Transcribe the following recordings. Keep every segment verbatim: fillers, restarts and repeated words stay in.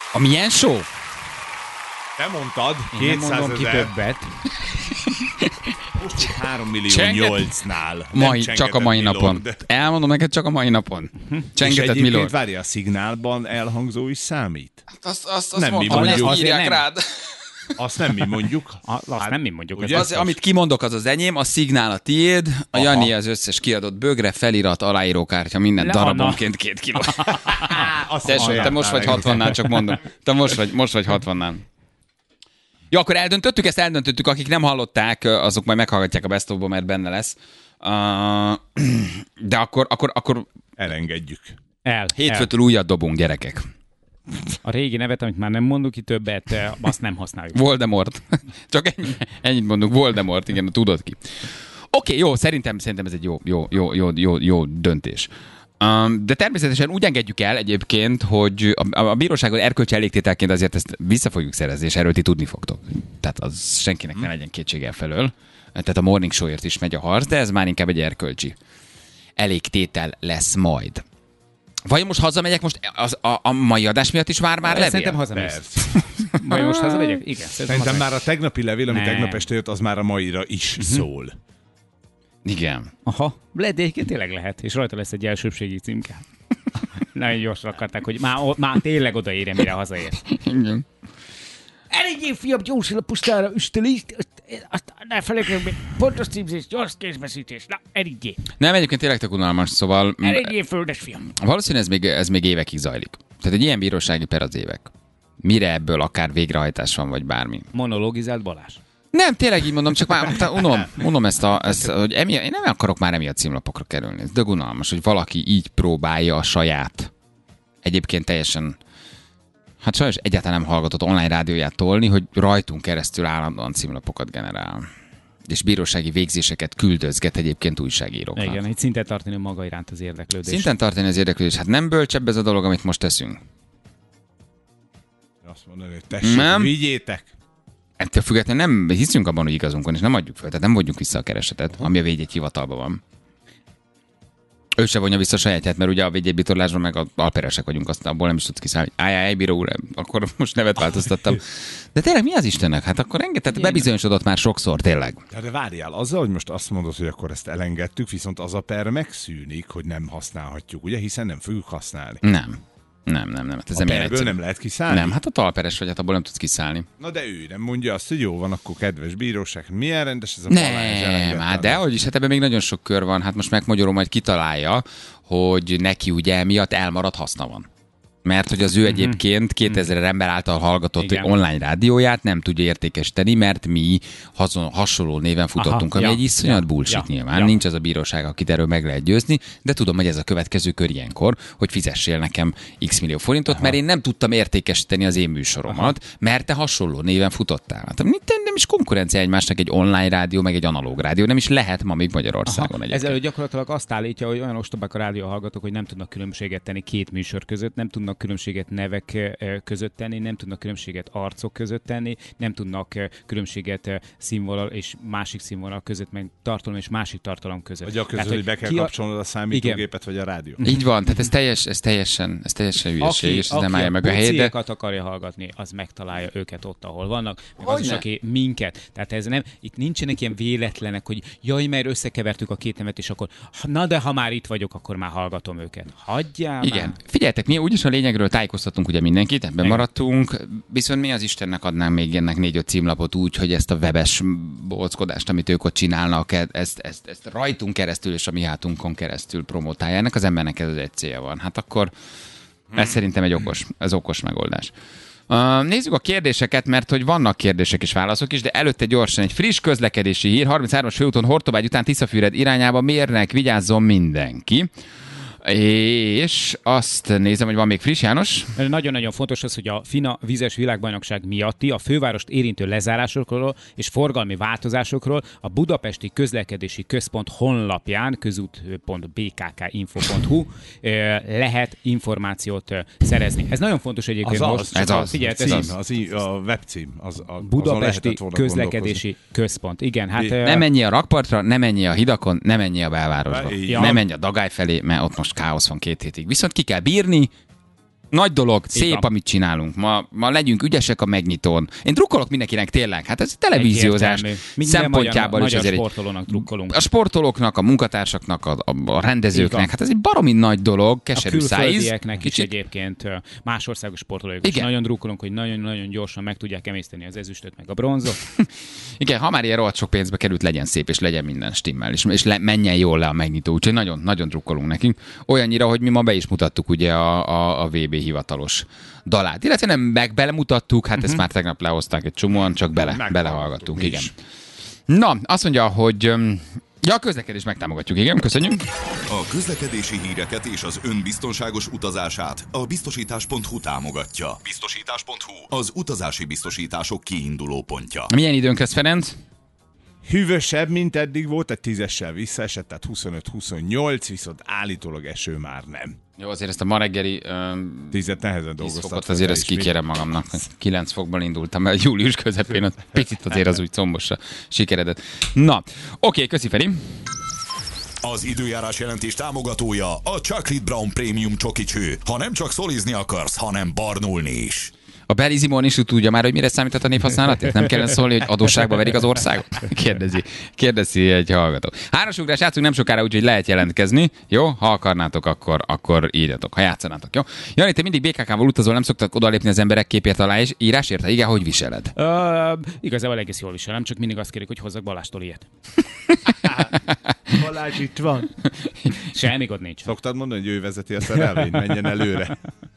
A milyen show? Te mondtad, kétszázezer. ki többet. Most három millió nyolcnál. Mai, csak a mai Milord, napon. De... Elmondom neked, csak a mai napon. Csengetett Milord. És egyébként várja, a szignálban elhangzó is számít? Azt, azt, azt nem mond, mi mondjuk. Azt írják nem. rád. Azt nem mi mondjuk. A, azt hát, nem mi mondjuk. Az, az, amit kimondok, az az enyém, a szignál a tiéd, a Aha. Jani az összes kiadott bögre, felirat, aláírókártya, minden Le, darabonként két kiló. Tessék, te most vagy hatvannál, csak mondom. Te most vagy, most vagy hatvannál. Jó, akkor eldöntöttük, ezt eldöntöttük, akik nem hallották, azok majd meghallgatják a Best of-ból, mert benne lesz. Uh, de akkor, akkor, akkor... Elengedjük. El. Hétfőtől újat dobunk, gyerekek. A régi nevet, amit már nem mondunk ki többet, azt nem használjuk. Voldemort. Csak ennyi, ennyit mondunk, Voldemort, igen, tudod ki. Oké, okay, jó, szerintem, szerintem ez egy jó, jó, jó, jó, jó, jó döntés. Um, de természetesen úgy engedjük el egyébként, hogy a, a bíróságon erkölcsi elégtételként azért ezt vissza fogjuk szerezni, és erről ti tudni fogtok. Tehát az senkinek hmm. ne legyen kétsége felől. Tehát a Morning Show-ért is megy a harc, de ez már inkább egy erkölcsi elégtétel lesz majd. Vajon most hazamegyek most az, a, a mai adás miatt is vár már levél? Szerintem hazamész. Vajon most hazamegyek? Igen. Szerintem, szerintem már a tegnapi levél, ami nem. tegnap este jött, az már a maira is uh-huh. szól. Igen. Aha, lehet, de egyébként tényleg lehet, és rajta lesz egy elsőbségi címke. Nagyon gyorsan akarták, hogy már, már tényleg odaérje, mire hazaér. Igen. Elégjél, fiam, gyorsan a pusztára üsteli, ne felejtjük meg, pontos címzés, gyors kézbeszítés, na, elégjél. Nem, egyébként tényleg tök unalmas, szóval... Elégjél, földes fiam. Valószínűleg ez még, ez még évekig zajlik. Tehát egy ilyen bírósági per az évek. Mire ebből akár végrehajtás van, vagy bármi. Monologizált Balázs. Nem, tényleg így mondom, csak már unom, unom ezt, a, ezt hogy emiatt, én nem akarok már emiatt címlapokra kerülni. Ez dög unalmas, hogy valaki így próbálja a saját, egyébként teljesen, hát sajnos egyáltalán nem hallgatott online rádióját tolni, hogy rajtunk keresztül állandóan címlapokat generál. És bírósági végzéseket küldözget egyébként újságíróknak. Igen, egy szinten tartani maga iránt az érdeklődés. Szinten tartani az érdeklődés. Hát nem bölcsebb ez a dolog, amit most teszünk. Azt mondani, hogy tessék, nem. vigyétek. Ettől függetlenül nem hiszünk abban, hogy igazunk van, és nem adjuk fel. Tehát nem vonjuk vissza a keresetet, ami a védjegy hivatalban van. Ő se vonja vissza a sajátját, mert ugye a védjegybitorlásban meg a alperesek vagyunk, aztán abból nem is tudsz kiszállni. Ájjáj, bíró úr, akkor most nevet változtattam. De tényleg mi az Istennek? Hát akkor rengeteg bebizonyosodott már sokszor, tényleg. De várjál, azzal, hogy most azt mondod, hogy akkor ezt elengedtük, viszont az a per megszűnik, hogy nem használhatjuk, ugye? Hiszen nem fogjuk használni. Nem. Nem, nem, nem. Hát ez a perből nem lehet kiszállni? Nem, hát a talperes vagy, hát abból nem tudsz kiszállni. Na de ő nem mondja azt, hogy jó van, akkor kedves bíróság, milyen rendes ez a Balázs. Nem, hát de hogy is, hát ebben még nagyon sok kör van, hát most megmagyarul, majd kitalálja, hogy neki ugye miatt elmaradt haszna van. Mert hogy az ő egyébként kétezer ember által hallgatott Igen. online rádióját nem tudja értékesíteni, mert mi hazon, hasonló néven futottunk, Aha, ami ja, egy iszonyat ja, bullshit ja, nyilván. Ja. Nincs az a bíróság, akit erről meg lehet győzni, de tudom, hogy ez a következő kör ilyenkor, hogy fizessél nekem x millió forintot, Aha. mert én nem tudtam értékesíteni az én műsoromat, Aha. mert te hasonló néven futottál. Hát nem is konkurencia egymásnak egy online rádió, meg egy analóg rádió, nem is lehet ma még Magyarországon egyébként. Ezzel gyakorlatilag azt állítja, hogy olyan ostobák a rádió hallgatók, hogy nem tudnak különbséget tenni két műsor között, nem tudnak különbséget nevek között tenni, nem tudnak különbséget arcok között tenni, nem tudnak különbséget színvonal és másik színvonal között, meg tartalom és másik tartalom között. Vagy a között, tehát, hogy be kell kapcsolnod a, a számítógépet, igen. vagy a rádió. Így van, tehát ez, teljes, ez teljesen, ez teljesen hülyeség, és ez nem állja meg a helyét. Aki akarja hallgatni, az megtalálja őket ott, ahol vannak, meg az is, aki minket. Tehát ez nem, itt nincsenek ilyen véletlenek, hogy jaj, mert összekevertük a két nevet, és akkor na de ha már itt vagyok, akkor már hallgatom őket. Hagyjál Igen. Már. Figyeljetek, mi úgyis a lényegről tájékoztatunk ugye mindenkit, ebben Igen. maradtunk, viszont mi az Istennek adnánk még ennek négy-öt címlapot úgy, hogy ezt a webes bolckodást, amit ők ott csinálnak, ezt, ezt, ezt rajtunk keresztül és a mi hátunkon keresztül promotálják, az embernek ez az egy célja van. Hát akkor ez szerintem egy okos, ez okos megoldás. Uh, nézzük a kérdéseket, mert hogy vannak kérdések és válaszok is, de előtte gyorsan egy friss közlekedési hír. harminchárom főúton Hortobágy után Tiszafüred irányába mérnek, vigyázzon mindenki. És azt nézem, hogy van még friss, János. Nagyon-nagyon fontos az, hogy a FINA vízes világbajnokság miatti a fővárost érintő lezárásokról és forgalmi változásokról a Budapesti Közlekedési Központ honlapján közút pont b k k info pont h u lehet információt szerezni. Ez nagyon fontos egyébként az most. Az, ez az, figyelj, cím, ez az, az a webcím. Az, a, Budapesti Közlekedési Központ. Igen, hát... Nem menjél a rakpartra, nem menjél a hidakon, nem menjél a belvárosba. Ja. Nem menj a Dagály felé, mert ott most káosz van két hétig. Viszont ki kell bírni, Nagy dolog, Így szép, van. amit csinálunk. Ma, ma legyünk ügyesek a megnyitón. Én drukkolok mindenkinek tényleg. Hát ez televíziózás szempontjából is azért. Sportolónak drukkolunk. A sportolóknak, a munkatársaknak, a, a rendezőknek, hát ez egy baromi nagy dolog, keserű szájíz. A külföldieknek is egyébként más országos sportolók is nagyon drukkolunk, hogy nagyon-nagyon gyorsan meg tudják emészteni az ezüstöt, meg a bronzot. Igen, ha már ilyen rohadt sok pénzbe került, legyen szép, és legyen minden stimmel, és, és le, menjen jól le a megnyitó. Úgyhogy nagyon, nagyon drukkolunk nekünk. Olyannyira, hogy mi ma be is mutattuk ugye a, a, a vé bé hivatalos dalát. Illetve nem meg belemutattuk, hát uh-huh. ezt már tegnap lehozták egy csomóan, csak bele, belehallgattunk. Igen. Na, azt mondja, hogy ja, a közlekedést megtámogatjuk, igen, köszönjük. A közlekedési híreket és az ön biztonságos utazását a biztosítás pont hu támogatja. biztosítás pont hu az utazási biztosítások kiinduló pontja. Milyen időnk lesz, Ferenc? Hűvösebb, mint eddig volt, egy tízessel visszaesett, tehát huszonöt huszonnyolc, viszont állítólag eső már nem. Jó, azért ezt a ma reggeli um, tízet nehezen dolgoztat. Azért ezt kikérem magamnak. kilenc fokban indultam, mert július közepén ott picit azért az úgy combosra sikeredett. Na, oké, köszi Feri. Az időjárás jelentés támogatója a Chocolate Brown Premium Csokicső. Ha nem csak szolizni akarsz, hanem barnulni is. A Beli Zimon is tudja már, hogy mire számíthat a névhasználat? Nem kellene szólni, hogy adósságba verik az országot? Kérdezi, kérdezi egy hallgató. Hárosugrás játszunk nem sokára, úgyhogy lehet jelentkezni. Jó? Ha akarnátok, akkor, akkor írjatok. Ha játszanátok, jó? Jani, te mindig bé ká ká-val utazol, nem szoktak odalépni az emberek képért alá, és írásért? Ha igen, hogy viseled? Uh, igazából egész jól viselem, csak mindig azt kérik, hogy hozzak Balástól ilyet. Balázs itt van. Semmi gond nincs. Szoktad mondani, hogy ő vezeti a szerelvényt, menjen előre.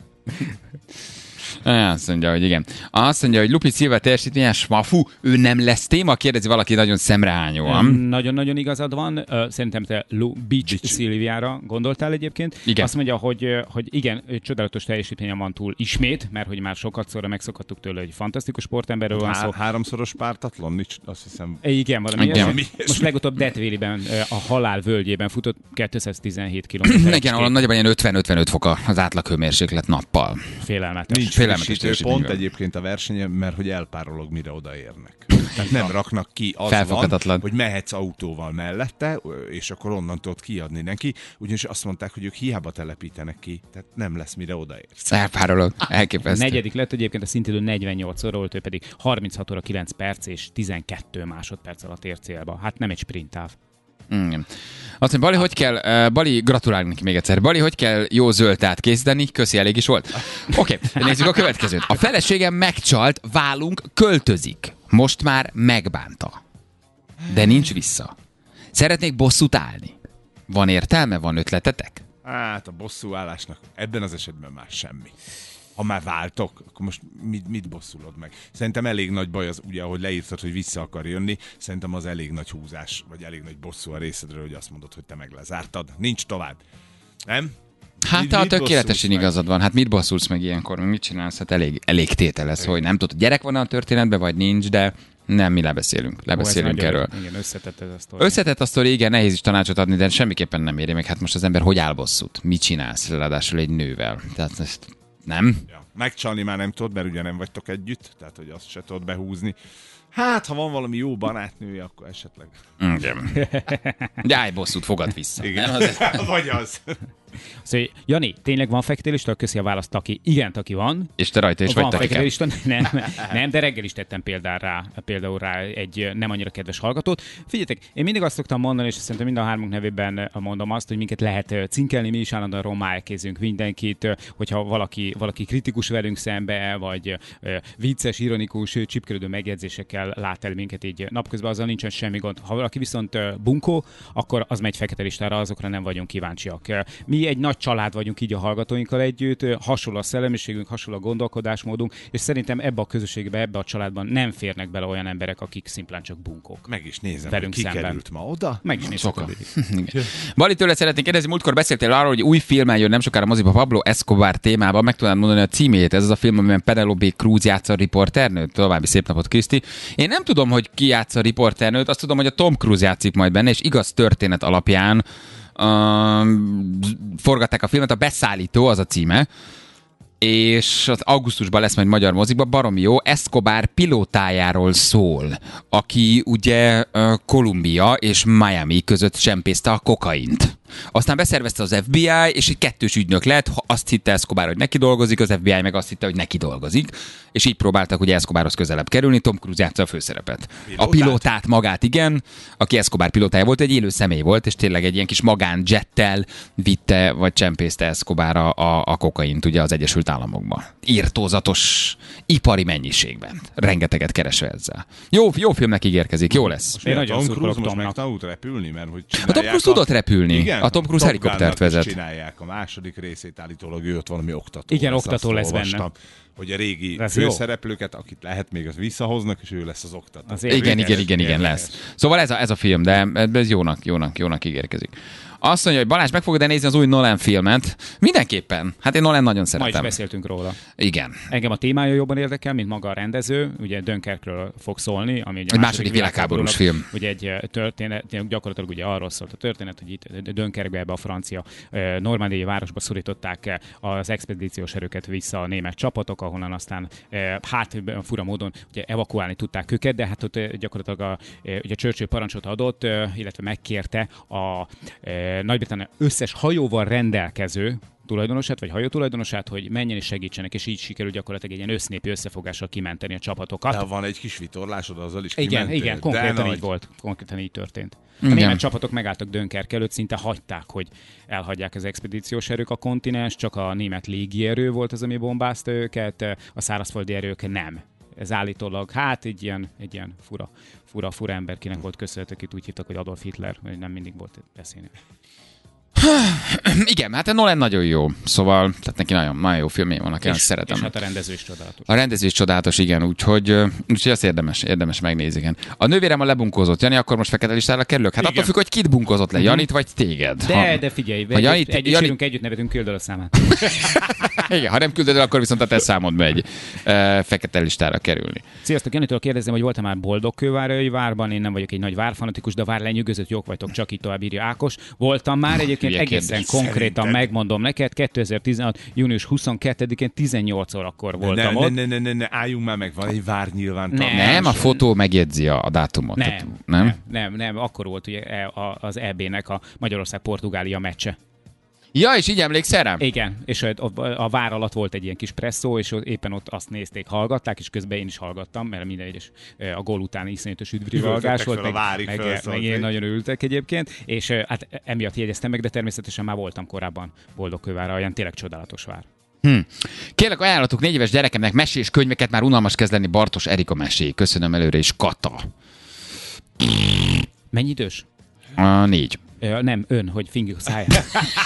Azt mondja, hogy igen. Azt mondja, hogy Lupi Szilva teljesítményes smafu, ő nem lesz téma? Kérdezi valaki nagyon szemrehányóan. Nagyon-nagyon igazad van. Szerintem te Lu Beach Szilviára gondoltál egyébként. Igen. Azt mondja, hogy, hogy igen, csodálatos teljesítményen van túl ismét, mert hogy már sokat szóra megszokhattuk tőle, hogy fantasztikus sportemberről van szó. Háromszoros pártatlan, nincs, azt hiszem. Igen, valami igen. Most legutóbb Death Valley-ben, a halál völgyében futott kétszáztizenhét kilométer. Igen, ahol nagyjából ilyen ötven-ötvenöt fok az átlaghőmérséklet nappal. Félelmetes. Nincs frissítő pont egyébként a versenyen, mert hogy elpárolog, mire odaérnek. Tehát nem raknak ki, az van, hogy mehetsz autóval mellette, és akkor onnan tudod kiadni neki, ugyanis azt mondták, hogy ők hiába telepítenek ki, tehát nem lesz, mire odaérsz. Elpárolog, elképesztő. A negyedik lett egyébként a szintidő negyvennyolc óra volt, ő pedig harminchat óra kilenc perc és tizenkettő másodperc alatt ér célba. Hát nem egy sprinttáv. Mm. Azt mondja, Bali, hogy kell, uh, Bali, gratulálni neki még egyszer. Bali, hogy kell jó zöldtát készíteni? Köszi, elég is volt. Oké, okay, nézzük a következőt. A feleségem megcsalt, válunk, költözik. Most már megbánta. De nincs vissza. Szeretnék bosszút állni. Van értelme? Van ötletetek? Hát a bosszúállásnak ebben az esetben már semmi. Ha már váltok, akkor most mit, mit bosszulod meg? Szerintem elég nagy baj az, ugye, ahogy leírtad, hogy vissza akar jönni, szerintem az elég nagy húzás, vagy elég nagy bosszú a részedről, hogy azt mondod, hogy te meg lezártad. Nincs tovább. Nem? Hát mit, te a mit tökéletesen igazad van. Hát mit bosszulsz meg ilyenkor? Mit csinálsz? Hát elég, elég tételez, hogy nem tudod, gyerek van a történetben, vagy nincs, de nem, mi lebeszélünk. Lebeszélünk Ó, erről. Igen, összetett ez a sztori. Összetett a sztori, igen, nehéz is tanácsot adni, de semmiképpen nem éri meg. Hát most az ember hogy áll bosszút? Mit csinálsz? Ráadásul egy nővel. Tehát ezt nem? Ja. Megcsalni már nem tudod, mert ugye nem vagytok együtt, tehát hogy azt se tudod behúzni. Hát, ha van valami jó barátnője, akkor esetleg. Igen. Gyáj, bosszút, fogad vissza. Igen, vagy az. Szóval, Jani, tényleg van fektetélista? Köszi a választ, Taki. Igen, Taki van. És te rajta is van vagy, fektetélista? Nem, nem, de reggel is tettem például rá, például rá egy nem annyira kedves hallgatót. Figyeljetek, én mindig azt szoktam mondani, és szerintem mind a hármunk nevében mondom azt, hogy minket lehet cinkelni, mi is állandóan romálkézünk mindenkit, hogyha valaki, valaki kritikus velünk szembe, vagy vicces, ironikus, csipkelődő megjegyzésekkel lát el minket így napközben, azzal nincsen semmi gond. Ha valaki viszont bunkó, akkor az megy fekete listára, azokra nem vagyunk kíváncsiak. Mi egy nagy család vagyunk így a hallgatóinkkal együtt, hasonló a szellemiségünk, hasonló a gondolkodásmódunk, és szerintem ebbe a közösségbe, ebbe a családban nem férnek bele olyan emberek, akik szimplán csak bunkók. Meg is nézem, velünk hogy ki szemben. került ma oda. Meg is nézem. Bali, tőle szeretnék kérdezni, múltkor beszéltél arról, hogy új filmmel jön nem sokára moziba Pablo Escobar témában, meg tudnád mondani a címét, ez az a film, amiben Penelope Cruz játsza a riporternőt. További szép napot, Kriszti. Én nem tudom, hogy ki játsza a riporternőt, azt tudom, hogy a Tom Cruise játszik majd benne, és igaz történet alapján Uh, forgatták a filmet, a Beszállító az a címe, és az augusztusban lesz majd magyar mozikban, baromi jó, Escobar pilótájáról szól, aki ugye uh, Kolumbia és Miami között csempészte a kokaint. Aztán beszervezte az ef bé i, és egy kettős ügynök lett, azt hitte Escobar, hogy neki dolgozik, az ef bé i meg azt hitte, hogy neki dolgozik, és így próbáltak ugye Escobarhoz közelebb kerülni, Tom Cruise játsza a főszerepet. Pilótát? A pilótát magát, igen, aki Escobar pilótája volt, egy élő személy volt, és tényleg egy ilyen kis magánjettel vitte, vagy csempészte Escobar a, a, a kokaint ugye az Egyesült Államokba. Irtózatos ipari mennyiségben. Rengeteget keresve ezzel. Jó, jó filmnek ígérkezik, jó lesz. Most én Tom Cruise most megtanult repülni, mert hogy a Tom Cruise tudott repülni. Igen, a Tom Cruise helikoptert vezet. Csinálják a második részét, állítólag ő ott valami oktató. Igen, lesz, oktató lesz benne. Hogy a régi lesz főszereplőket, akit lehet még az visszahoznak, és ő lesz az oktató. Az igen, igen, igen, igen, igen, lesz. Szóval ez a, ez a film, de ez jónak, jónak, jónak ígérkezik. Azt mondja, hogy Balázs, meg fogod nézni az új Nolan filmet? Mindenképpen. Hát én Nolan nagyon szeretem. Ma is beszéltünk róla. Igen. Engem a témája jobban érdekel, mint maga a rendező. Ugye Dunkerkről fog szólni, ami ugye egy második világháborús film. Ugye egy történet, gyakorlatilag ugye arról szólt a történet, hogy itt Dunkerkbe, ebbe a francia normandiai városba szorították az expedíciós erőket vissza a német csapatok, ahonnan aztán hát fura módon ugye evakuálni tudták őket, de hát ott gyakorlatilag a, ugye Churchill parancsot adott, illetve megkérte a Nagy-Britannia összes hajóval rendelkező tulajdonosát, vagy hajótulajdonosát, hogy menjen és segítsenek, és így sikerült gyakorlatilag egy ilyen össznépi összefogással kimenteni a csapatokat. De van egy kis vitorlásod, azzal is igen, kimentél. Igen, konkrétan így nagy... volt. Konkrétan így történt. A német csapatok megálltak Dunkerque előtt, szinte hagyták, hogy elhagyják az expedíciós erők a kontinens, csak a német légierő volt az, ami bombázta őket, a szárazföldi erők nem. Ez állítólag, hát egy ilyen, egy ilyen fura, fura, fura ember, kinek volt köszönhető, akit úgy hittak, hogy Adolf Hitler, hogy nem mindig volt beszélni. Igen, hát a Nolan nagyon jó, szóval tehát neki nagyon, nagyon jó filmé vannak, én szeretem. És hát a rendező is csodálatos. A rendező is csodálatos, igen, úgyhogy, úgyhogy azt érdemes, érdemes megnézni, igen. A nővérem a lebunkózott, Jani, akkor most fekete listára kerülök? Hát igen. Attól függ, hogy kit bunkózott le, Janit vagy téged. De, ha, de figyelj, együtt, Janit, együtt Janit... sírunk, együtt nevetünk, küld el a számát. Igen, ha nem küldöd el, akkor viszont a te számod megy e, fekete listára kerülni. Sziasztok, Janitól kérdezem, hogy voltam már Boldogkővárhelyi várban, én nem vagyok egy nagy várfanatikus, de a vár lenyűgözött, jók vagytok, csak így tovább írja Ákos. Voltam már egyébként egészen konkrétan megmondom neked, kétezer-tizenhat. június huszonkettedikén tizennyolc órakor voltam ne, ott. Ne, ne, ne, ne, álljunk már meg, van egy vár nyilvántartás. Nem, nem, a fotó megjegyzi a dátumot. Nem, tehát, nem? nem, nem, nem, akkor volt ugye az é bé-nek a Magyarország-Portugália meccse. Ja, és így emlékszel rám? Igen, és a, a, a vár alatt volt egy ilyen kis presszó, és éppen ott azt nézték, hallgatták, és közben én is hallgattam, mert minden egyes a gól után iszonyatos üdvrivalgás volt, meg, meg, meg én nagyon örültek egyébként, és hát emiatt jegyeztem meg, de természetesen már voltam korábban Boldogkővárra, olyan tényleg csodálatos vár. Hm. Kérlek, ajánlatok négy éves gyerekemnek mesés könyveket, már unalmas kezd lenni Bartos Erika meséi. Köszönöm előre is, Kata. Mennyi idős? A négy. Nem, ön, hogy fingjuk száját.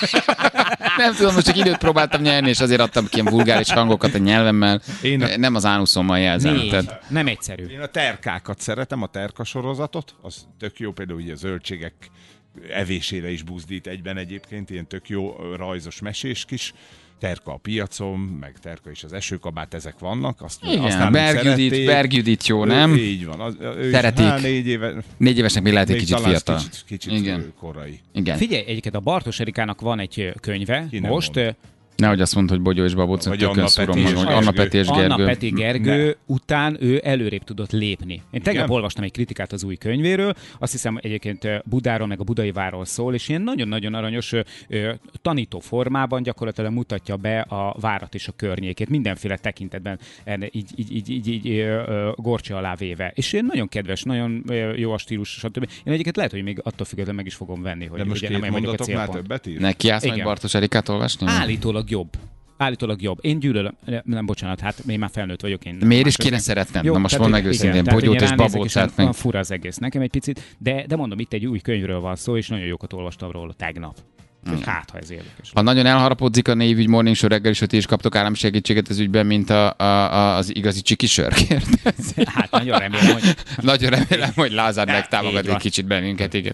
Nem tudom, most csak időt próbáltam nyerni, és azért adtam ki ilyen vulgáris hangokat a nyelvemmel. Én a... Nem az ánuszommal jelzem. Tehát... Nem egyszerű. Én a terkákat szeretem, a terka sorozatot. Az tök jó, például ugye a zöldségek evésére is buzdít egyben egyébként. Ilyen tök jó rajzos mesés kis. Terka a piacon, meg Terka és az esőkabát, ezek vannak. Azt, igen, Berg Judit, Berg Judit jó, nem? Ő, így van. Az, ő Szeretik. Is, há, négy, éve, négy évesnek még lehet egy kicsit fiatal. Kicsit, kicsit igen. korai. Igen. Figyelj, egyébként a Bartos Erikának van egy könyve Ki most. Nehogy azt mondod, hogy Bogyó és Babóc, vagy Anna Peti, vagy Anna Peti és Gergő. Anna Peti Gergő ne. Után ő előrébb tudott lépni. Én tegnap igen? olvastam egy kritikát az új könyvéről, azt hiszem egyébként Budáról, meg a budai várról szól, és ilyen nagyon-nagyon aranyos ö, tanító formában gyakorlatilag mutatja be a várat és a környékét, mindenféle tekintetben így, így, így, így, így ö, gorcsa alá véve. És én nagyon kedves, nagyon jó a stílus, stb. Én egyébként lehet, hogy még attól függetlenül meg is fogom venni, hogy de most ugye nem mondatok már többet ír? Neki állsz meg Bartos Erikát olvasni? Állítólag jobb. Állítólag jobb. Én gyűlölöm, nem bocsánat, hát én már felnőtt vagyok. Én miért is kéne szeretnem? Jó, na most mondd meg őszintén, Bogyót és Babócát meg. Fura az egész nekem egy picit, de, de mondom, itt egy új könyvről van szó, és nagyon jókat olvastam róla tegnap. Hmm. Hát, ha ez érdekes. Ha nagyon elharapodzik a névügy Morning Show reggel is, hogy ti is kaptok állami segítséget az ügyben, mint a, a, a, az igazi csiki sör, kérdez. Hát nagyon remélem, hogy... Nagyon remélem, hogy Lázár megtámogat egy kicsit bennünket, igen.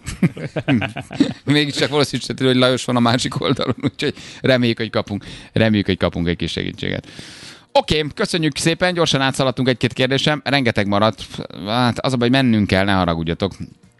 Mégiscsak valószínűleg, hogy Lajos van a másik oldalon, úgyhogy reméljük, hogy kapunk, reméljük, hogy kapunk egy kis segítséget. Oké, okay, köszönjük szépen, gyorsan átszaladtunk egy-két kérdésem, rengeteg maradt. Hát az a baj, mennünk kell, ne haragudjatok.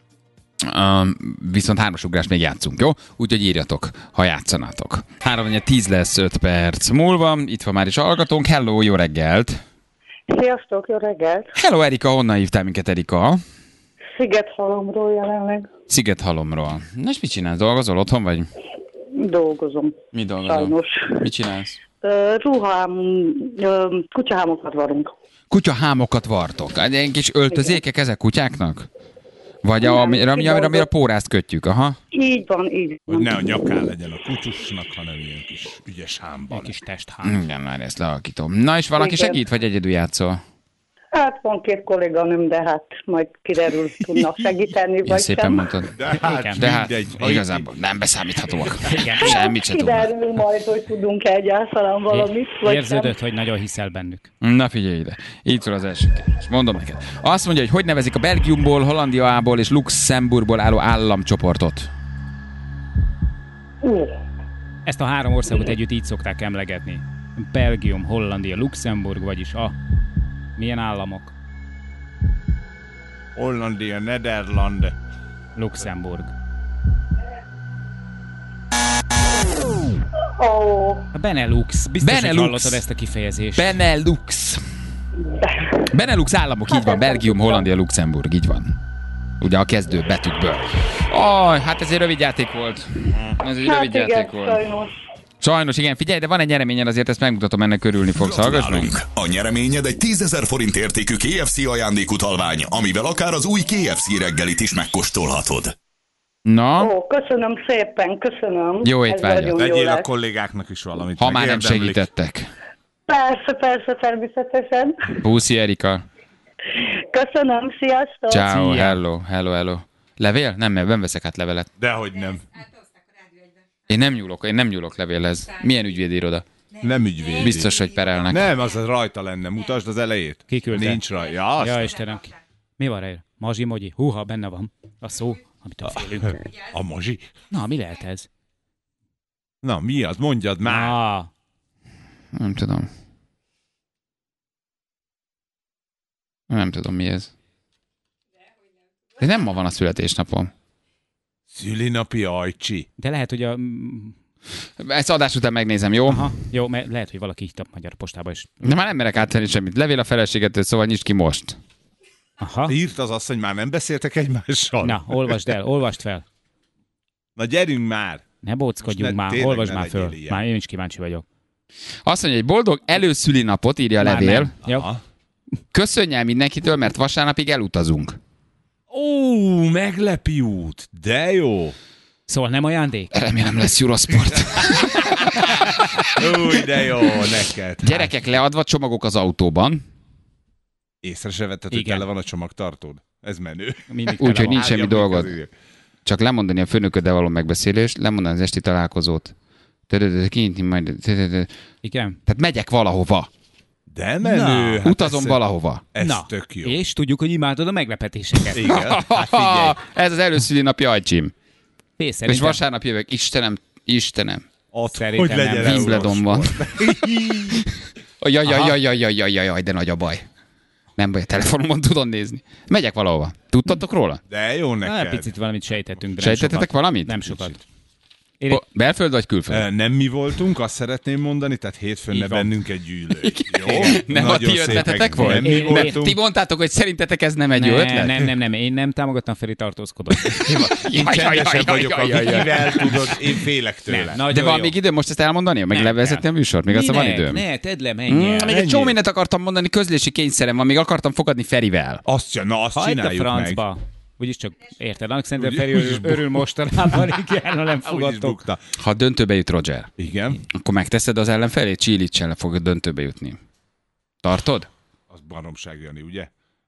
Uh, viszont hármasugrást még játszunk, jó? Úgyhogy írjatok, ha játszanátok. három tíz lesz öt perc múlva, itt van már is hallgatónk. Hello, jó reggelt! Sziasztok, jó reggelt! Hello, Erika, honnan hívtál minket, Erika? Szigethalomról jelenleg Szigethalomról. Na és mit csinálsz? Dolgozol otthon vagy? dolgozom. Mi dolgozol? Sajnos. Mit csinálsz? Uh, ruhám, uh, kutyahámokat varunk. Kutyahámokat vartok. Egy kis öltözékek ezek kutyáknak? Vagy a, Nem, amire, amire, amire, amire a pórázt kötjük, aha. Így van, így van. Hogy ne a nyakán legyen a kutyusnak, hanem ilyen kis ügyes hámban. Egy kis testhám. Igen, már ezt lealakítom. Na és valaki Igen. segít, vagy egyedül játszol? Hát van két kolléganőm, de hát majd kiderül, tudnak segíteni, Ilyen vagy szépen sem. mondtad. De hát, De hát mindegy. igazából nem beszámíthatóak. Igen. Semmit se tudnak. Kiderül majd, hogy tudunk egyáltalán valamit, vagy Érződött, hogy nagyon hiszel bennük. Na figyelj ide. Így szól az első kérdés. Mondom neked. Azt mondja, hogy hogy nevezik a Belgiumból, Hollandiából és Luxemburgból álló államcsoportot. sem. Ú, Ezt a három országot együtt így szokták emlegetni. Belgium, Hollandia, Luxemburg, vagyis a... Milyen államok? Hollandia, Nederland. Luxemburg. Ó, A Benelux. Biztos, Benelux. hogy hallottad ezt a kifejezést. Benelux. Benelux államok, így van. Belgium, Hollandia, Luxemburg, így van. Ugye a kezdő betűkből. Aj, hát ez egy rövid játék volt. Ez egy hát rövid igen, játék volt. sajnos. Sajnos, igen, figyelj, de van egy nyereményed, azért ezt megmutatom, ennek örülni fogsz. Hallgass meg. Gratulálunk! A nyereményed egy tízezer forint értékű ká ef cé ajándékutalvány, amivel akár az új ká ef cé reggelit is megkóstolhatod. Na, Ó, köszönöm szépen, köszönöm. Jó Ez étvágyat. nagyon jó Legyél a lesz. kollégáknak is valamit. ha már nem megérdemlik. segítettek. Persze, persze, természetesen. Puszi, Erika. Köszönöm, sziasztok! Ciao, Szia. hello, hello, hello. Levél? Nem, nem veszek át levelet. Dehogy nem. Én nem nyúlok, én nem nyúlok levélhez. Milyen ügyvédi iroda? Nem ügyvédi. Biztos, hogy perelnek. Nem, az az rajta lenne. Mutasd az elejét. Kiküldte. Nincs rajta. Ja, azt Ja, Istenem. Mi van rá? Mazsi-mogyi. Húha, benne van. A szó, amitől félünk. a mazsi. Na, mi lehet ez? Na, mi az? Mondjad már. Ah, Nem tudom. Nem tudom, mi ez. De nem ma van a születésnapom. Szülinapi ajcsi. de lehet, hogy a... Ezt adás után megnézem, jó? Aha, jó, mert lehet, hogy valaki hívta Magyar Postába is. De már nem merek átvenni semmit. Levél a feleségetől, szóval nyisd ki most. Aha. Írt az asszony, már nem beszéltek egymással? Na, olvasd el, olvasd fel. Na gyerünk már. Ne bóckodjunk Most ne- már, tényleg olvasd ne már föl. legyél ilyen. Már én is kíváncsi vagyok. Azt mondja, hogy boldog előszüli napot, írja a Már levél. nem. Jó. Aha. Köszönj el mindenkitől, mert vasárnapig elutazunk. Ó, meglepi út. De jó. Szóval nem ajándék? Remélem lesz Eurosport. Új, de jó neked. Gyerekek, leadva csomagok az autóban. Észre se vetted, hogy Igen. tele van a csomagtartód. Ez menő. Mindig Úgyhogy tele van. nincs semmi Áldja dolgod. meg az Csak lemondani a főnököddel való megbeszélést, lemondani az esti találkozót. Tö-tö-tö, kinyitni majd. Tö-tö-tö. Igen. Tehát megyek valahova. De menő. Na, hát Utazom ez, valahova. Ez Na, tök jó. és tudjuk, hogy imádod a meglepetéseket. Igen. Hát figyelj. Ez az előszüli napi ajcsim. Fé, És szerintem, vasárnap jövök. Istenem, Istenem. Ott, Szerintem hogy legyen nem. Wimbledonban. Jaj, jaj, Aha. jaj, jaj, jaj, jaj, jaj, jaj, de nagy a baj. Nem baj, a telefonomon tudom nézni. Megyek valahova. Tudtatok róla? De jó Na, neked. picit valamit sejtettünk, de nem Sejtettetek sokat. valamit? Nem sokat. Én Bo- Belföld vagy külföld? Ö, Nem mi voltunk, azt szeretném mondani, tehát hétfőn Így ne van. bennünk egy gyűlő. Jó? Nem a Nagyon ti szépek. ötletetek volt? Nem mi Én- voltunk. Ti mondtátok, hogy szerintetek ez nem egy jó nem, ötlet? nem, nem, nem, én nem támogattam, Feri tartózkodott. Én Jaj, jaj, csendesebb jaj, vagyok, jaj, jaj, jaj. akivel tudod, én félek tőle. Nem, nagyon De van jó. még idő most ezt elmondani? Meg Nem levezetni a kell. műsort? Még aztán van Minek? időm. Ne, tedd le, menj Mm, el. még egy Ennyi. csomó mindent akartam mondani, közlési kényszerem van, még akartam fogadni Ferivel. Azt, ja, na, azt Hagyd a csináljuk meg. francba. Úgyis csak érted, annak szerintem Úgy- Feri úgyis örül, buk- örül mostanában, igen, ha nem Úgyis fogadtok. bukta. Ha döntőbe jut Roger, Igen, akkor megteszed az ellenfelét, Csilic ellen fog döntőbe jutni. Tartod? az baromság, Jani, ugye?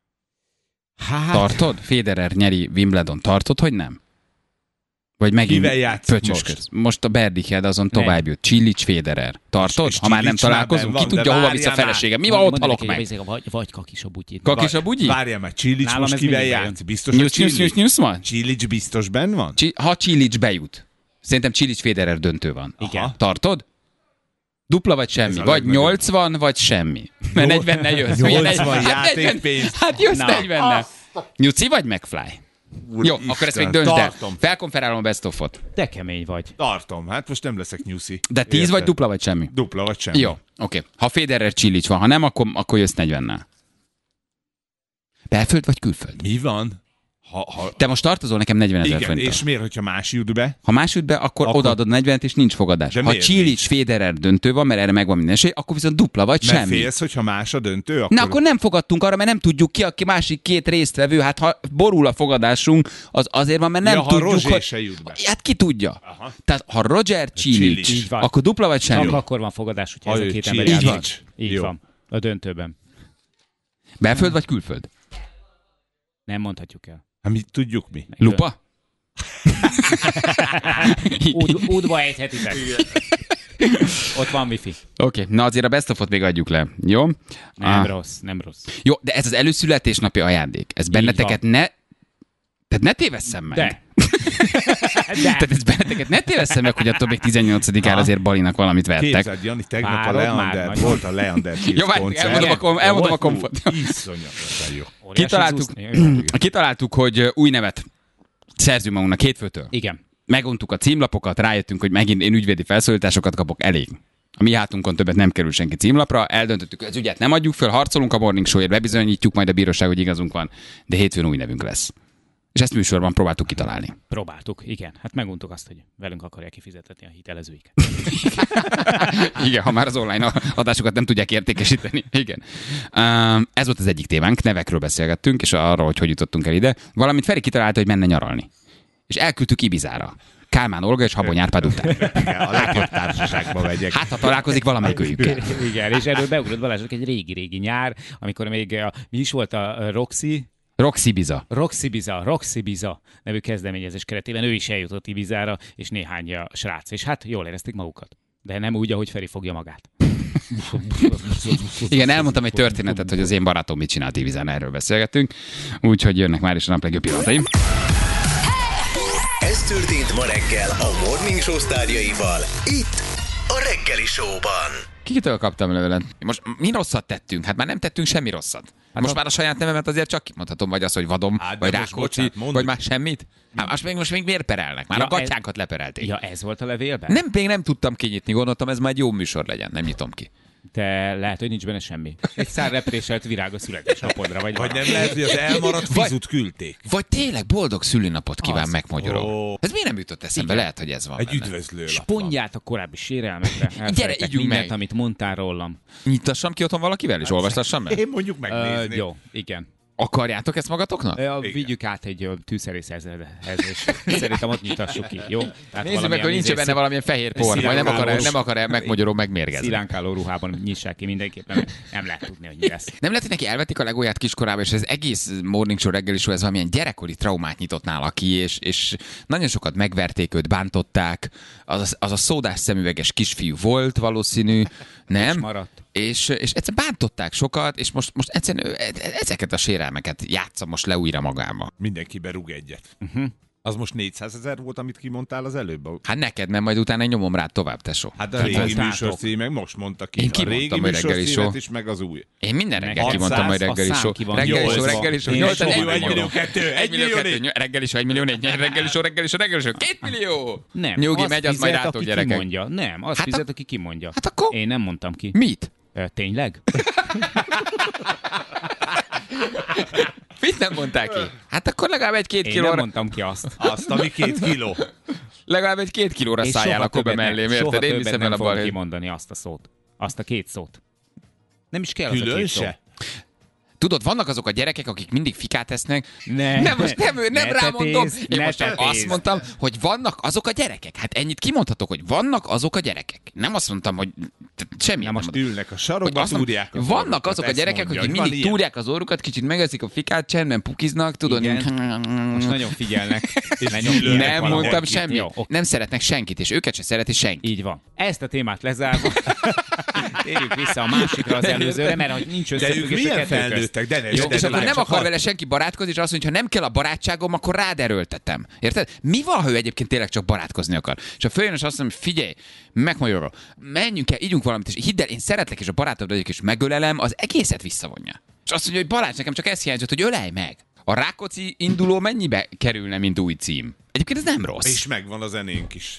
Hát, Tartod? Federer nyeri Wimbledon. Tartod, hogy nem? Vagy megint Kivel játszik pöcsösködsz? most? Most a Berdiked azon tovább jut. Csilic Federer. Tartod? És Ha már nem Csilic már találkozunk, benn ki van, tudja, de hova visz a várjál feleségem. Mi Mond- van, ott mondd halok neki, meg? hogy Vagy, vagy kakis a butyit. Kakis a bugyi? Várjál már, Csilic Nálam most ez kivel mindig játszik? Biztos, hogy Nyusz, nyusz, nyusz, Csilic? nyusz van? Csilic biztos benn van? Csi- Ha Csilic bejut. Szerintem Csilic Federer döntő van. Igen. Tartod? Dupla vagy semmi? Ez a Vagy legnagyobb. nyolcvan, vagy semmi? Mert negyvennel jössz. Ugye, nyolcvan negy- hát negyven- játékpénz. Hát jössz Na. negyvennel. Nyuci vagy McFly? Jó, Úristen, akkor ezt még döntsd el. tartom. Felkonferálom a best of-ot. De kemény vagy. Tartom, hát most nem leszek nyuszi. De tíz Érted? vagy dupla vagy semmi? Dupla vagy semmi. Jó, oké. Ha Federer Csilic van, ha nem, akkor, akkor jössz negyvennel. Belföld vagy külföld? Mi van? Ha, ha... Te most tartozol nekem negyvenezer Igen, forinttal. és miért, hogyha más jut be? Ha más jut be, akkor, akkor... odaadod negyvenet, és nincs fogadás. De Ha miért Csilic nincs? Federer döntő van, mert erre megvan minden esély, akkor viszont dupla vagy Mert semmi. félsz, hogyha más a döntő, akkor... Na, akkor nem fogadtunk arra, mert nem tudjuk ki, aki másik két résztvevő. Hát ha borul a fogadásunk, az azért van, mert nem ja, ha tudjuk, Rozsé hogy... se jut be. Hát ki tudja. Aha. Tehát ha Roger Csilic. Csilic, akkor dupla vagy semmi. Csak akkor van fogadás, hogyha Ha ez a ő két Csilic. ember Így van. játszik. Így Jó. van. A döntőben. Belföld vagy külföld? Nem mondhatjuk el. Hát mi tudjuk mi? Lupa? Úd, útba ejthetitek. Ott van wifi. Oké, okay. Na azért a best of-ot még adjuk le, jó? Nem Ah. rossz, nem rossz. Jó, de ez az előszületésnapi ajándék. Ez benneteket ne... Tehát ne tévesszem meg. De. De. Tehát ez benneteket ne tévesszem meg, hogy attól még tizennyolcadikára azért Balinak valamit vettek. Képzeld, Jani, tegnap Várod a már, Leander, nagyon. volt a Leander Cheese Jó, várj, koncert. elmondom a kom- elmondom a komfort. Hú, Iszonyatosan jó. Óriási Kitaláltuk, zúzni. kitaláltuk, hogy új nevet szerzünk magunknak hétfőtől. Igen. Meguntuk a címlapokat, rájöttünk, hogy megint én ügyvédi felszólításokat kapok, elég. A mi hátunkon többet nem kerül senki címlapra, eldöntöttük, hogy az ügyet nem adjuk föl, harcolunk a Morning Show-ért, bebizonyítjuk majd a bíróság, hogy igazunk van, de hétfőn új nevünk lesz. És ezt műsorban próbáltuk kitalálni. Próbáltuk, igen. Hát meguntuk azt, hogy velünk akarják kifizetetni a hitelezőiket. Igen, ha már az online adásokat nem tudják értékesíteni. Igen. Um, ez volt az egyik témánk, nevekről beszélgettünk, és arról, hogy hogy jutottunk el ide. Valamint Feri kitalálta, hogy menne nyaralni. És elküldtük Ibizára. Kálmán Olga és Habony Árpád után. Igen, a legjobb társaságba megyek. Hát, ha találkozik valamelyik őjükkel. Igen, és erről beugrott Balázsnak egy régi-régi nyár, amikor még a, mi is volt a Roxy, Roxy Biza. Roxy Biza, Roxy Biza nevű kezdeményezés keretében ő is eljutott Ibizára, és néhány a srác, és hát jól érezték magukat. De nem úgy, ahogy Feri fogja magát. Igen, elmondtam egy történetet, hogy az én barátom mit csinált Ibizán, erről beszélgettünk. Úgyhogy jönnek már is a nap legjobb pillanataim. Ez történt ma reggel a Morning Show sztárjaival. Itt a Reggeli Show-ban. Kikitől kaptam levelet? Most mi rosszat tettünk? Hát már nem tettünk semmi rosszat. Hát most már a saját nevemet azért csak kimondhatom, vagy az, hogy vadom, Hát, de vagy most Rákóczi, bocsánat, mondd. vagy már semmit. Hát most még, most még miért perelnek? Már Ja, a gatyánkat leperelték. Ja, ez volt a levélben? Nem, még nem tudtam kinyitni, gondoltam, ez már egy jó műsor legyen, nem nyitom ki. De lehet, hogy nincs benne semmi. Egy szár représelt virág a születésnapodra, vagy Vagy valami. nem lehet, hogy az elmaradt fizut küldték. Vagy tényleg boldog szülinapot kíván Az. megmagyarom. Ó. Ez miért nem jutott eszembe? Igen. Lehet, hogy ez van Egy benne. üdvözlő Spondját a korábbi sérelmekre. Gyere, Elfelejtek ígyunk mindent, meg. amit mondtál rólam. Nyitassam ki otthon valakivel, és olvastassam meg? Én mondjuk Uh, megnézni. jó, igen. Akarjátok ezt magatoknak? Ja, Igen. vigyük át egy ö, tűzszerészhez, és szerintem ott nyitassuk ki, jó? Tehát Nézzük meg, valamilyen hogy nincs izé- benne valamilyen fehér por, vagy nem akar, nem akar megmagyarom megmérgezni. szilánkáló ruhában nyissák ki mindenképpen, mert nem lehet tudni, hogy mi lesz. Nem lehet, hogy neki elvetik a legóját kiskorában, és ez egész Morning Show reggeli show, ez valamilyen gyerekkori traumát nyitott nála ki, és, és nagyon sokat megverték őt, bántották. Az, a- az a szódás szemüveges kisfiú volt valószínű, nem? És maradt. És, és egyszer bántották sokat, és most, most egyszerűen ő e- ezeket a sérelmeket játsza most le újra magába. Mindenki berúg egyet. Uh-huh. Az most négyszázezer volt, amit kimondtál az előbb? Hát neked, mert majd utána én nyomom rád tovább, tesó. Hát a Hát régi hoztátok. műsorszám meg most mondta ki. Én a kimondtam, régi hogy reggeli műsorszámet show. is, meg az új. Én minden reggel hatszáz, kimondtam, hogy a reggeli szám show. ki van Reggeli show, nyolcva. reggeli show. Én nyolcvan, soha egy nem millió mondom. kettő, Egy millió kettő, reggeli show, egy millió négy, reggeli show, reggeli show, reggeli show, két millió! Nem, Nyugi, azt megy, az majd fizet, rátok, aki gyerekek. kimondja. Nem, azt Hát a- fizet, aki kimondja. Hát akkor- Én nem mondtam ki. Mit? Ö, Tényleg? Mit nem mondták ki? Hát akkor legalább egy-két Én nem kilóra, mondtam ki azt. Azt, ami két kiló. legalább egy két kilóra És szálljál soha akkor be többet nem- mellém, soha érted? Én többet viszem nem el a fogom balhét. kimondani azt a szót. Azt a két szót. Nem is kell az a Külön két szó. se? Tudod, vannak azok a gyerekek, akik mindig fikát esznek. Ne. Nem, most nem, nem Ne rámondom. tetézd, Én ne most csak tetézd. azt mondtam, hogy vannak azok a gyerekek. Hát ennyit kimondhatok, hogy vannak azok a gyerekek. Nem azt mondtam, hogy semmi. Na nem most mondtam. ülnek a Hogy sarokba, azt mondom, túrják az vannak orrukat, azok a ezt gyerekek, mondja, akik hogy van mindig ilyen. túrják az orrukat, kicsit megeszik a fikát, csendben pukiznak, tudod. Igen. így- Most nagyon figyelnek. És Nem mondtam semmit. Jó, oké. Nem szeretnek senkit, és őket se szereti senki. Így van. Ezt a témát lezárva, térjük vissza a másikra, az előzőre, mert hogy nincs De ők összefüggés a milyen kettő közt. felnőttek, de ne, Jó, de és ne, akkor de nem csak akar hat- vele senki barátkozni, és azt mondja, hogy ha nem kell a barátságom, akkor rád erőltetem. Érted? Mi van, ha ő egyébként tényleg csak barátkozni akar? És ha följön, és azt mondja, hogy figyelj, megmagyarul, menjünk el, ígyunk valamit, és hidd el, én szeretlek, és a barátod vagyok, és megölelem, az egészet visszavonja. És azt mondja, hogy Balázs, nekem csak ez hiányzott, hogy ölelj meg. A Rákóczi induló mennyibe kerülne, mint új cím? Egyébként ez nem rossz. És megvan a zenénk is.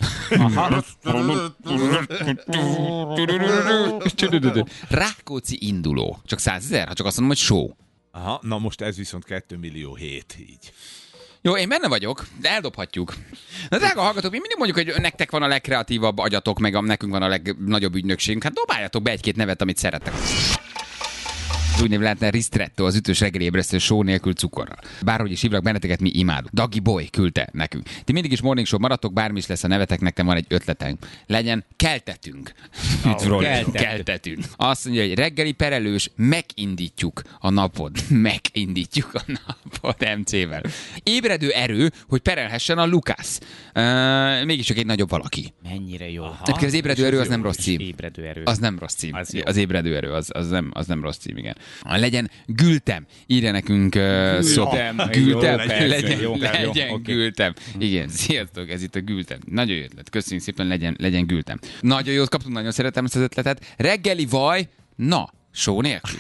Rákóczi induló. Csak százezer? Ha csak azt mondom, hogy show. Aha, na most ez viszont két millió hét így. Jó, én benne vagyok, de eldobhatjuk. Na, drága hallgatók, mi mindig mondjuk, hogy nektek van a legkreatívabb agyatok, meg a, nekünk van a legnagyobb ügynökségünk. Hát dobáljatok be egy-két nevet, amit szerettek. Úgy lehetne ristretto, az ütős reggeli ébresztő só nélkül cukorral. Bárhogy is hívlak benneteket, mi imádunk. Dagi Boy küldte nekünk. Ti mindig is morning show maradtok, bármi is lesz a nevetek, nekem van egy ötletünk. Legyen keltetünk. Oh, keltetünk. keltetünk. Azt mondja, hogy reggeli perelős, megindítjuk a napod. Megindítjuk a napod em cé-vel. Ébredő erő, hogy perelhessen a Lukász. Uh, mégis csak egy nagyobb valaki. Mennyire jó. Egyébként az ébredő erő az nem rossz cím. Ébredő erő. Az nem rossz cím. Az, az ébredő erő, az, az, nem, az nem rossz cím, igen. Legyen Gültem. Írja nekünk uh, szó. Gültem. Legyen, legyen, jó, legyen jó, Gültem. Okay. Igen, sziasztok, ez itt a Gültem. Nagyon jó ötlet. Köszönjük szépen, legyen, legyen Gültem. Nagyon jót kaptunk, nagyon szeretem ezt az ötletet. Reggeli vaj, na, só nélkül.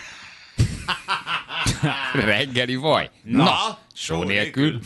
Reggeli vaj, na, na só nélkül.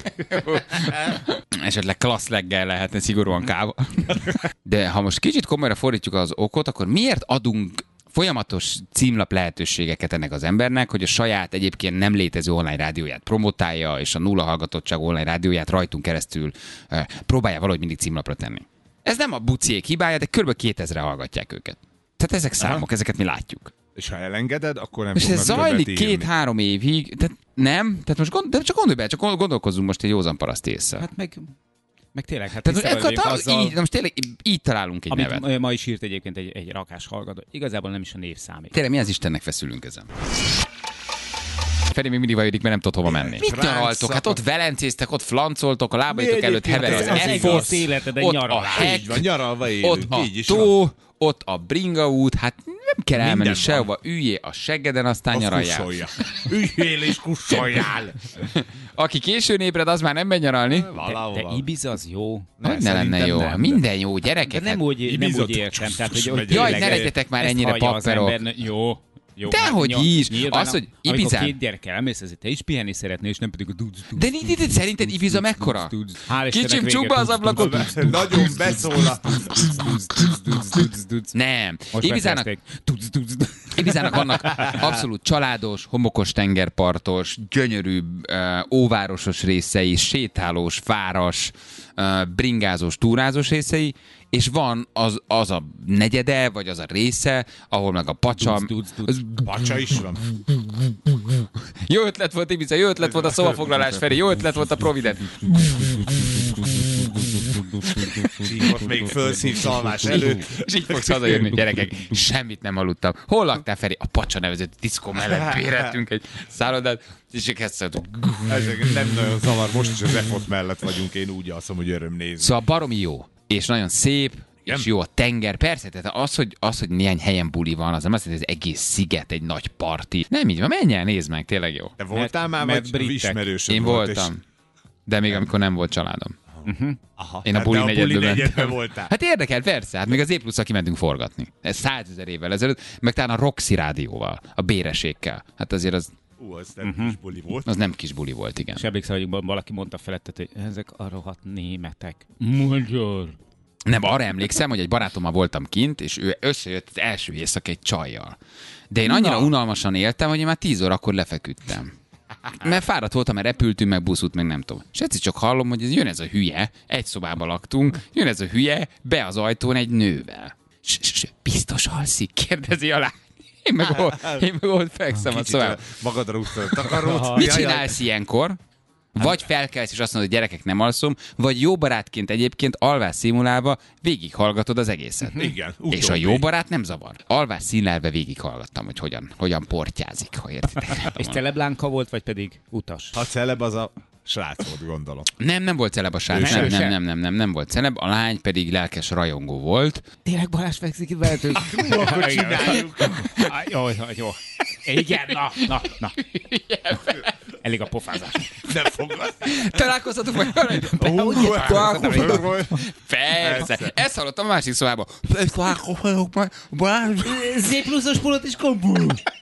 Esetleg klassz leggel lehetne szigorúan káva. De ha most kicsit komolyra fordítjuk az okot, akkor miért adunk folyamatos címlap lehetőségeket ennek az embernek, hogy a saját egyébként nem létező online rádióját promotálja, és a nulla hallgatottság online rádióját rajtunk keresztül uh, próbálja valahogy mindig címlapra tenni. Ez nem a buciék hibája, de kb. kétezren hallgatják őket. Tehát ezek számok, aha, ezeket mi látjuk. És ha elengeded, akkor nem és fognak ez zajlik két-három évig, tehát nem, tehát most gond, de csak gondolj be, csak gondolkozzunk most egy józan paraszt észre. Hát meg... Meg tényleg, hát tehát most, ta, azzal, így, most tényleg így találunk egy amit nevet. Ma is írt egyébként egy, egy rakás hallgató. Igazából nem is a név számít. Tényleg mi az Istennek feszülünk ezen? Feri még mindig vajodik, mert nem tudod hova menni. Mit nyaraltok? Hát ott velencéztek, ott flancoltok, a lábaitok előtt hever az F-Force, életed egy ott nyaralás. a heck, így van, nyaralva élünk, ott a így is tó, van. ott a bringa út, hát nem kell elmenni minden sehova, üljél a seggeden, aztán azt nyaraljál. Üljél és kussoljál. Aki későn ébred, az már nem megy nyaralni. De, de Ibiza az jó. Hogy ne lenne jó? Nem, minden jó, gyerekek. De nem úgy, nem úgy értem. Tehát, hogy, hogy jaj, ne legyetek már ennyire papperok. Jó. Jó, dehogy hát, is. Nyilván, az, hogy Ibizán... Ibizán... Amikor két gyerekkel elmész, ezért te is pihenni szeretnél, és nem pedig a dudz, dudz, de nincs, de szerinted Ibiza mekkora? Kicsim, csukd be az ablakot. Nagyon beszól. Nem. Ibizának... Ibizának vannak abszolút családos, homokos tengerpartos, gyönyörű, óvárosos részei, sétálós, város, bringázós, túrázós részei, és van az, az a negyede, vagy az a része, ahol meg a pacsa... Duc, duc, duc. Pacsa is van. Jó ötlet volt, Ibiza, jó ötlet volt a szobafoglalás, Feri, jó ötlet volt a Provident. Ott még fölszívsz almás elő. És így fogsz hazajönni, gyerekek. Semmit nem aludtam. Hol laktál, Feri? A pacsa nevezett diszkó mellett bérettünk egy szállodát, és így kezdtem. Ez nem nagyon zavar, most is az Efot mellett vagyunk, én úgy alszom, hogy öröm nézni. Szóval baromi jó. És nagyon szép, igen? És jó a tenger. Persze, tehát az, hogy, az, hogy néhány helyen buli van, az nem azt jelenti, hogy ez egész sziget, egy nagy parti. Nem így van, menj el, nézd meg, tényleg jó. Te voltál már, vagy ismerősöd Én volt, voltam, és... de még amikor nem volt családom. Uh-huh. Aha, én a buli negyedben mentem. Voltál. Hát érdekel, persze, hát még az E-plusszal kimentünk forgatni. Ez százezer évvel ezelőtt, meg talán a Roxy rádióval, a béresékkel. Hát azért az... Ú, az nem uh-huh. kis buli volt. Az nem kis buli volt, igen. És emlékszem, hogy valaki mondta felettet, hogy ezek a rohadt németek. Magyar. Nem, arra emlékszem, hogy egy barátommal voltam kint, és ő összejött az első éjszaka egy csajjal. De én annyira Na. unalmasan éltem, hogy én már tíz órakor lefeküdtem. Mert fáradt voltam, mert repültünk, meg buszút, meg nem tudom. És egyszer csak hallom, hogy jön ez a hülye, egy szobában laktunk, jön ez a hülye, be az ajtón egy nővel. Biztos alszik? Kérdezi a lány. Én meg ott, én meg ott fekszem a szobában. Magadra úsztad a takarót. Mit csinálsz ilyenkor? Vagy felkelsz és azt mondod, hogy gyerekek, nem alszom, vagy jó barátként egyébként alvás szimulálva végighallgatod az egészet. Igen. És a jó barát nem zavar. Alvás színlelve végighallgattam, hogy hogyan, hogyan portyázik, ha értitek. És celeblánka volt, vagy pedig utas? Ha celeb, az a srác volt, gondolom. Nem, nem volt celeb a srác. Nem, nem, nem, nem, nem, nem volt celeb. A lány pedig lelkes rajongó volt. Tényleg Balázs fekszik itt vezetünk? Akkor csináljuk. Jó, jó, jó. Igen, na, na, na. Elég a pofázás. Nem fogad. Találkoztatok majd? Persze. Ezt hallottam a másik szobában. Z pluszos polot is kompul.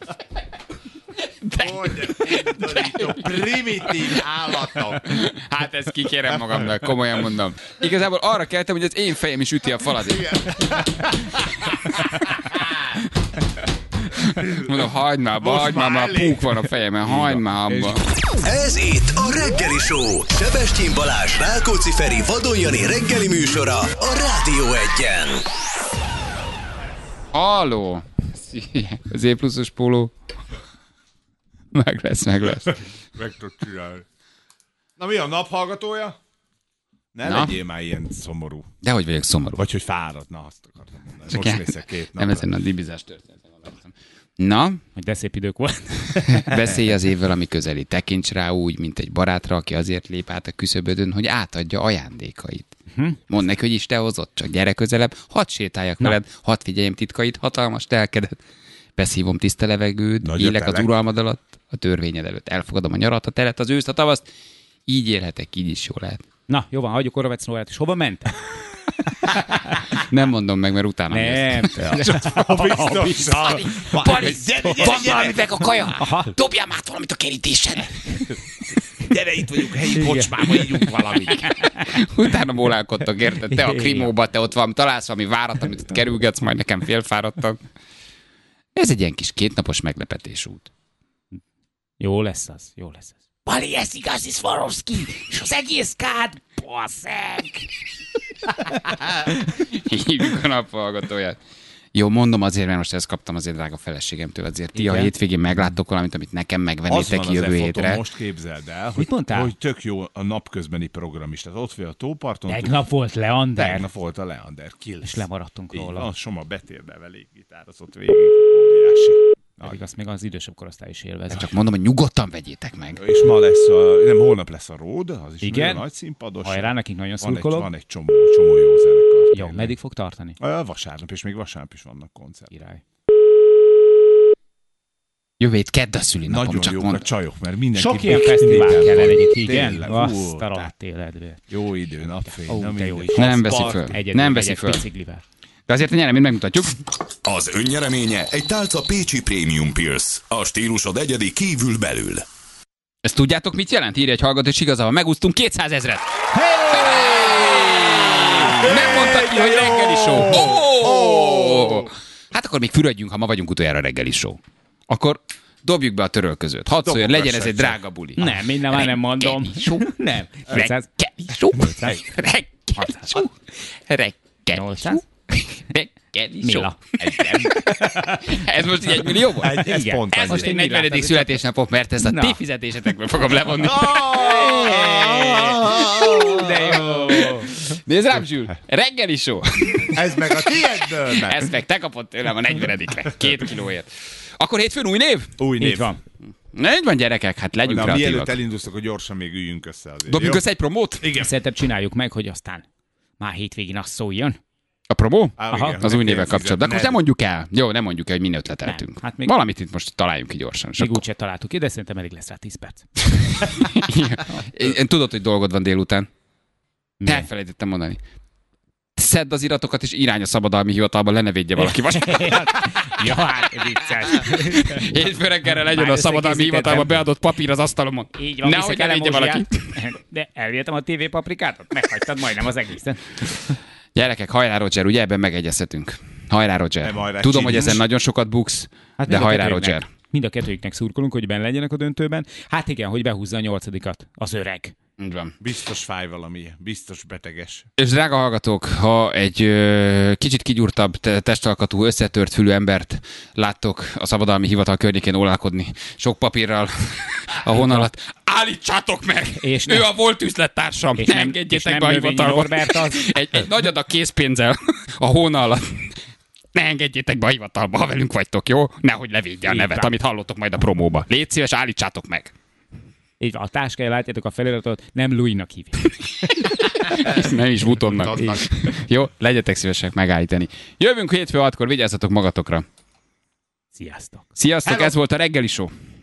Hogy primitív állatok. Hát ezt kikérem magamnak, komolyan mondom. Igazából arra keltem, hogy az én fejem is üti a falat. Mondom, hagyd már abba, hagyd már, már púk van a fejemben, hagyd már abba. Ez itt a Reggeli Show. Sebestyén Balázs, Rákóczi Feri, Vadon Jani reggeli műsora a Rádió Egyen. Halló! Az E pluszos póló. Meg lesz, meg lesz. Meg tud csinálni. Na mi a naphallgatója? Ne Na? legyél már ilyen szomorú. Dehogy vagyok szomorú. Vagy hogy fáradt, na azt akartam mondani. Csak Most el- mész két Nem napra. ezen a dibizás történeten gondoltam. Na, Hogy de szép idők volt. beszélj az évvel, ami közeli. Tekints rá úgy, mint egy barátra, aki azért lép át a küszöbödön, hogy átadja ajándékait. Hm? Mondd neki, hogy is te hozott, csak gyere közelebb, hadd sétáljak Na. veled, hadd figyeljem titkait, hatalmas telkedet. Beszívom tiszta levegőd, Nagy élek az ötelek. uralmad alatt, a törvényed előtt. Elfogadom a nyarat, a telet, az őszt, a tavaszt. Így élhetek, így is jól lehet. Na, jó van, hagyjuk Oravec Nóját, és hova ment? Nem mondom meg, mert utána Nem. Biztosan. Bali, van valami meg a kaja? Dobjál már valamit a kerítésen. Gyere, itt vagyunk helyi kocsmában, ígyunk valamit. Utána mólálkodtak, érted? Te a krimóba, te ott van, találsz valami várat, amit ott kerülgetsz, majd nekem félfáradtam. Ez egy ilyen kis kétnapos meglepetés út. Jó lesz az, jó lesz az. Bali, ez igaz, ez Swarovski, és az egész kád, baszeg. Hívjuk a naphallgatóját. Jó, mondom azért, mert most ezt kaptam azért drága feleségemtől. Azért ti a Igen? hétvégén megláttok valamit, amit nekem Az megvennétek van az jövő e-fotón, hétre. most képzeld el, hogy, Mit mondtál? hogy tök jó a napközbeni program is. Tehát ott vagy a tóparton. Tegnap volt Leander, Tegnap volt a Leander Kills. és lemaradtunk Így róla. van, Soma betérdelve léggitározott végig. Óriási. Pedig azt még az idősebb korosztály is élvez. Csak mondom, hogy nyugodtan vegyétek meg. És ma lesz a, nem, holnap lesz a Ród, az is Igen? nagyon nagy színpados. Hajrá, nekik nagyon van egy, szurkolok. van egy csomó, csomó jó zenekar. Jó, tényleg. meddig fog tartani? A vasárnap, és még vasárnap is vannak koncertek. Király. Jövő hét kedd a szülinapom, Nagyon csak jók mond. a csajok, mert mindenki... Sok ilyen mindig fesztivál el kell van. egyik, igen? Tényleg, Azt ú, a rohadt életbe. Jó idő, napfény. Ó, na de jó mindegy. is. Nem veszi Part- föl. Egyedül Nem veszi megyek föl. biciklivel. De azért a nyereményt megmutatjuk. Az önnyereménye egy tálca Pécsi Premium Pierce. A stílusod egyedi kívül-belül. Ezt tudjátok, mit jelent? Írja egy hallgató, és igazából megúsztunk kétszázezret. Hey! Nem mondta ki, hogy reggeli show. Oh! Hát akkor még fürödjünk, ha ma vagyunk utoljára reggeli show. Akkor dobjuk be a törölközőt. Hadd szóljon, legyen ez egy drága buli. Nem, minden már nem mondom. Reggeli show. Nem. Reggeli show. Reggeli show. Reggeli show. nyolcszáz? Reggeli show. Mila. Ez most így egy millió volt? Egy, ez Igen. pont Ez annyi. most egy Én így negyvenedik láttam, születésnapom, mert ezt a Na. ti fizetésetekből fogom levonni. De jó. Nézd rám, Zsül! Reggeli show! Ez meg a tiédből meg. Ezt meg te kapod tőlem a negyvenedikre. Két kilóért. Akkor hétfőn új név? Új név. Így van. Na, így van, gyerekek, hát legyünk Na, mielőtt kreatívak. elindulsz, akkor gyorsan még üljünk össze azért. Dobjuk jó? össze egy promót? Igen. Szerintem csináljuk meg, hogy aztán már hétvégén az szóljon. A promó? Á, Aha. igen, Az hogy új ne névvel kelljen kapcsolatban. De akkor fizetni. nem mondjuk el. Jó, nem mondjuk el, hogy min ötleteltünk. Nem, hát még- Valamit itt most találjunk ki gyorsan. És Még akkor- úgyse találtuk ki, de szerintem elég lesz rá tíz perc. Én- én tudod, hogy dolgod van délután. Mi? Te elfelejtettem mondani. Szedd az iratokat, és irány a szabadalmi hivatalba, le ne védje valaki vasárnap. Ja, hát vicces. Hétfő reggelre legyen Már a szabadalmi összekészítettem. hivatalba beadott papír az asztalomon. Így van, Nehogy viszek ne védje valaki. elemózsiát. De elvihetem a té vé paprikátot? Meghagytad majdnem az egészet. Gyerekek, hajrá Roger, ugye ebben megegyezhetünk. Hajrá Roger. Nem, hajrá, Tudom, hogy Csínyus. ezen nagyon sokat buksz, Hát de mind a hajrá kettőjüknek- Roger. Mind a kettőjüknek szurkolunk, hogy benne legyenek a döntőben. Hát igen, hogy behúzza a nyolcadikat. Az öreg. Így van. Biztos fáj valami, biztos beteges. És drága hallgatók, ha egy ö, kicsit kigyúrtabb te- testalkatú, összetört fülű embert láttok a szabadalmi hivatal környékén ólálkodni sok papírral a honalat, állítsátok meg! És ő nem- a volt üzlettársam, és ne nem- engedjétek és be a nem Növényi hivatalba. Norbert az. Egy, egy nagy adag készpénzzel a hóna alatt. Ne engedjétek be a hivatalba, ha velünk vagytok, jó? Nehogy levédje a Így nevet, van. amit hallottok majd a promóba. Légy szíves, állítsátok meg! Így van, a táskája látjátok a feliratot, nem Louis-nak hívják. Nem is Vutonnak. Jó, legyetek szívesek megállítani. Jövünk hétfő hatkor, vigyázzatok magatokra. Sziasztok. Sziasztok, Hello. ez volt a reggeli show.